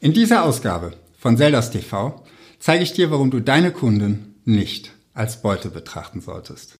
In dieser Ausgabe von Selders TV zeige ich dir, warum du deine Kunden nicht als Beute betrachten solltest.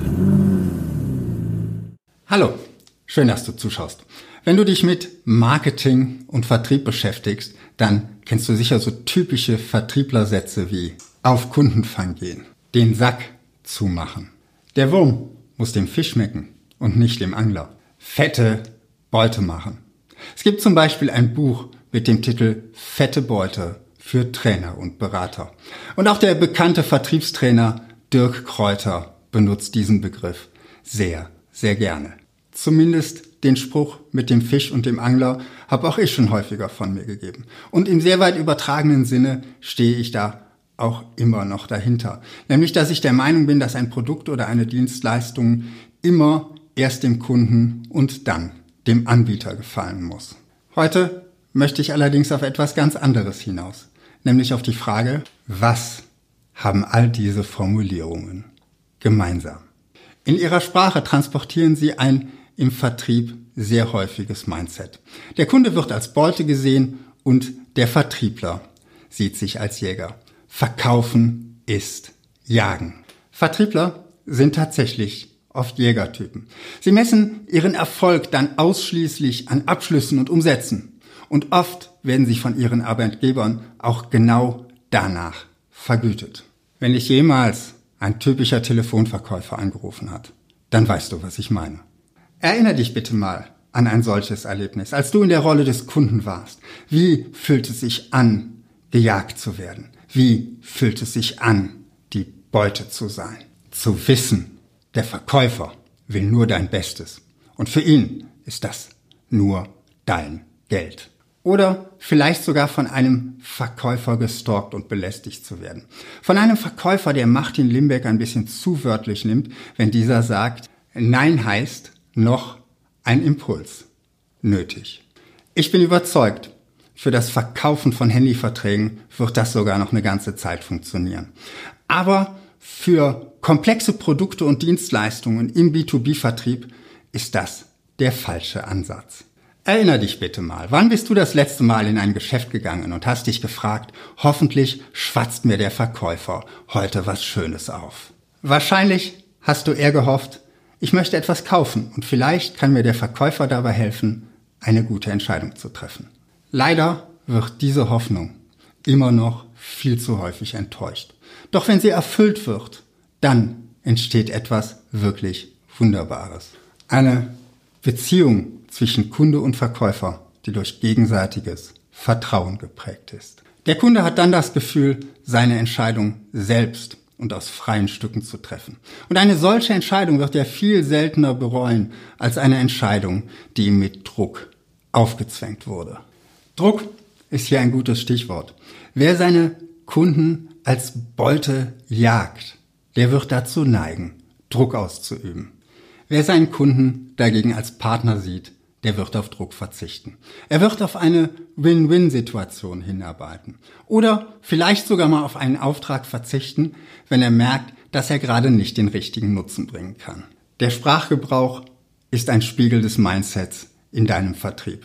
Hallo, schön, dass du zuschaust. Wenn du dich mit Marketing und Vertrieb beschäftigst, dann kennst du sicher so typische Vertrieblersätze wie auf Kundenfang gehen, den Sack zumachen. Der Wurm muss dem Fisch schmecken und nicht dem Angler. Fette Beute machen. Es gibt zum Beispiel ein Buch mit dem Titel Fette Beute für Trainer und Berater. Und auch der bekannte Vertriebstrainer Dirk Kräuter benutzt diesen Begriff sehr, sehr gerne. Zumindest den Spruch mit dem Fisch und dem Angler habe auch ich schon häufiger von mir gegeben. Und im sehr weit übertragenen Sinne stehe ich da auch immer noch dahinter. Nämlich, dass ich der Meinung bin, dass ein Produkt oder eine Dienstleistung immer erst dem Kunden und dann dem Anbieter gefallen muss. Heute möchte ich allerdings auf etwas ganz anderes hinaus. Nämlich auf die Frage, was haben all diese Formulierungen gemeinsam? In ihrer Sprache transportieren sie ein im Vertrieb sehr häufiges Mindset. Der Kunde wird als Beute gesehen und der Vertriebler sieht sich als Jäger. Verkaufen ist Jagen. Vertriebler sind tatsächlich oft Jägertypen. Sie messen ihren Erfolg dann ausschließlich an Abschlüssen und Umsätzen. Und oft werden sie von ihren Arbeitgebern auch genau danach vergütet. Wenn dich jemals ein typischer Telefonverkäufer angerufen hat, dann weißt du, was ich meine. Erinnere dich bitte mal an ein solches Erlebnis, als du in der Rolle des Kunden warst. Wie fühlt es sich an, gejagt zu werden? Wie fühlt es sich an, die Beute zu sein? Zu wissen, der Verkäufer will nur dein Bestes. Und für ihn ist das nur dein Geld. Oder vielleicht sogar von einem Verkäufer gestalkt und belästigt zu werden. Von einem Verkäufer, der Martin Limbeck ein bisschen zu wörtlich nimmt, wenn dieser sagt, Nein heißt noch ein Impuls nötig. Ich bin überzeugt, für das Verkaufen von Handyverträgen wird das sogar noch eine ganze Zeit funktionieren. Aber für komplexe Produkte und Dienstleistungen im B2B-Vertrieb ist das der falsche Ansatz. Erinner dich bitte mal, wann bist du das letzte Mal in ein Geschäft gegangen und hast dich gefragt, hoffentlich schwatzt mir der Verkäufer heute was Schönes auf. Wahrscheinlich hast du eher gehofft, ich möchte etwas kaufen und vielleicht kann mir der Verkäufer dabei helfen, eine gute Entscheidung zu treffen. Leider wird diese Hoffnung immer noch viel zu häufig enttäuscht. Doch wenn sie erfüllt wird, dann entsteht etwas wirklich Wunderbares. Eine Beziehung zwischen Kunde und Verkäufer, die durch gegenseitiges Vertrauen geprägt ist. Der Kunde hat dann das Gefühl, seine Entscheidung selbst und aus freien Stücken zu treffen. Und eine solche Entscheidung wird er viel seltener bereuen als eine Entscheidung, die ihm mit Druck aufgezwängt wurde. Druck ist hier ein gutes Stichwort. Wer seine Kunden als Beute jagt, der wird dazu neigen, Druck auszuüben. Wer seinen Kunden dagegen als Partner sieht, der wird auf Druck verzichten. Er wird auf eine Win-Win-Situation hinarbeiten. Oder vielleicht sogar mal auf einen Auftrag verzichten, wenn er merkt, dass er gerade nicht den richtigen Nutzen bringen kann. Der Sprachgebrauch ist ein Spiegel des Mindsets in deinem Vertrieb.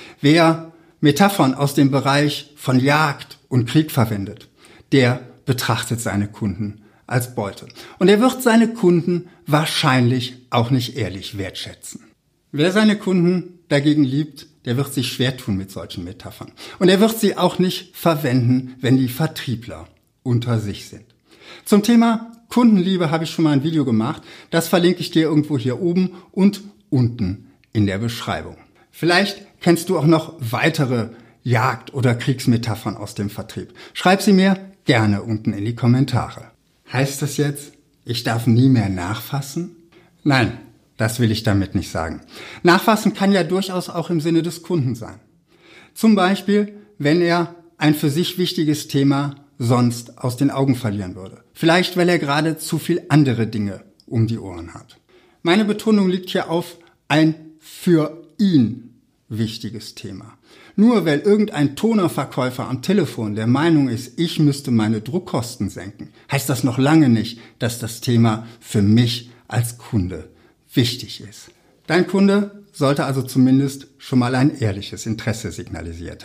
Wer Metaphern aus dem Bereich von Jagd und Krieg verwendet, der betrachtet seine Kunden als Beute. Und er wird seine Kunden wahrscheinlich auch nicht ehrlich wertschätzen. Wer seine Kunden dagegen liebt, der wird sich schwer tun mit solchen Metaphern. Und er wird sie auch nicht verwenden, wenn die Vertriebler unter sich sind. Zum Thema Kundenliebe habe ich schon mal ein Video gemacht. Das verlinke ich dir irgendwo hier oben und unten in der Beschreibung. Vielleicht kennst du auch noch weitere Jagd- oder Kriegsmetaphern aus dem Vertrieb. Schreib sie mir gerne unten in die Kommentare. Heißt das jetzt, ich darf nie mehr nachfassen? Nein, das will ich damit nicht sagen. Nachfassen kann ja durchaus auch im Sinne des Kunden sein. Zum Beispiel, wenn er ein für sich wichtiges Thema sonst aus den Augen verlieren würde. Vielleicht, weil er gerade zu viel andere Dinge um die Ohren hat. Meine Betonung liegt hier auf ein für ihn wichtiges Thema. Nur weil irgendein Tonerverkäufer am Telefon der Meinung ist, ich müsste meine Druckkosten senken, heißt das noch lange nicht, dass das Thema für mich als Kunde wichtig ist. Dein Kunde sollte also zumindest schon mal ein ehrliches Interesse signalisiert haben.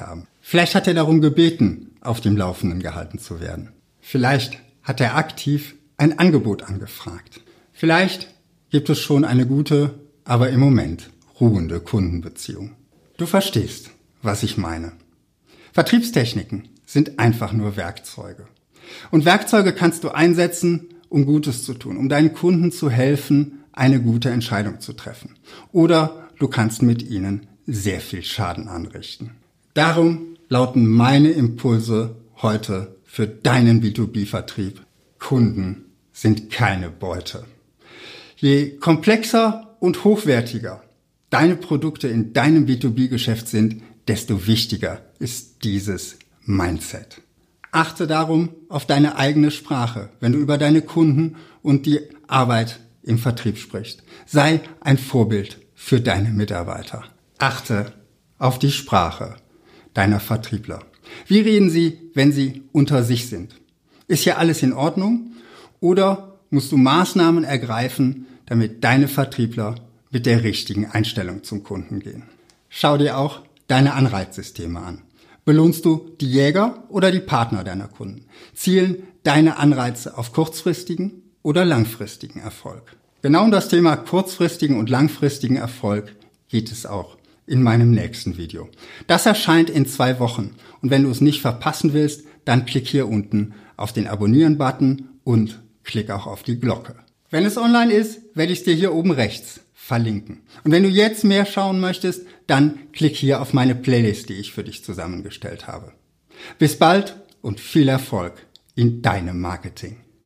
Vielleicht hat er darum gebeten, auf dem Laufenden gehalten zu werden. Vielleicht hat er aktiv ein Angebot angefragt. Vielleicht gibt es schon eine gute, aber im Moment ruhende Kundenbeziehung. Du verstehst, was ich meine. Vertriebstechniken sind einfach nur Werkzeuge. Und Werkzeuge kannst du einsetzen, um Gutes zu tun, um deinen Kunden zu helfen, eine gute Entscheidung zu treffen. Oder du kannst mit ihnen sehr viel Schaden anrichten. Darum lauten meine Impulse heute für deinen B2B-Vertrieb. Kunden sind keine Beute. Je komplexer und hochwertiger deine Produkte in deinem B2B-Geschäft sind, desto wichtiger ist dieses Mindset. Achte darum auf deine eigene Sprache, wenn du über deine Kunden und die Arbeit im Vertrieb sprichst. Sei ein Vorbild für deine Mitarbeiter. Achte auf die Sprache deiner Vertriebler. Wie reden sie, wenn sie unter sich sind? Ist hier alles in Ordnung? Oder musst du Maßnahmen ergreifen, damit deine Vertriebler mit der richtigen Einstellung zum Kunden gehen? Schau dir auch deine Anreizsysteme an. Belohnst du die Jäger oder die Partner deiner Kunden? Zielen deine Anreize auf kurzfristigen oder langfristigen Erfolg? Genau um das Thema kurzfristigen und langfristigen Erfolg geht es auch in meinem nächsten Video. Das erscheint in 2 Wochen und wenn du es nicht verpassen willst, dann klick hier unten auf den Abonnieren-Button und klick auch auf die Glocke. Wenn es online ist, werde ich es dir hier oben rechts verlinken. Und wenn du jetzt mehr schauen möchtest, dann klick hier auf meine Playlist, die ich für dich zusammengestellt habe. Bis bald und viel Erfolg in deinem Marketing.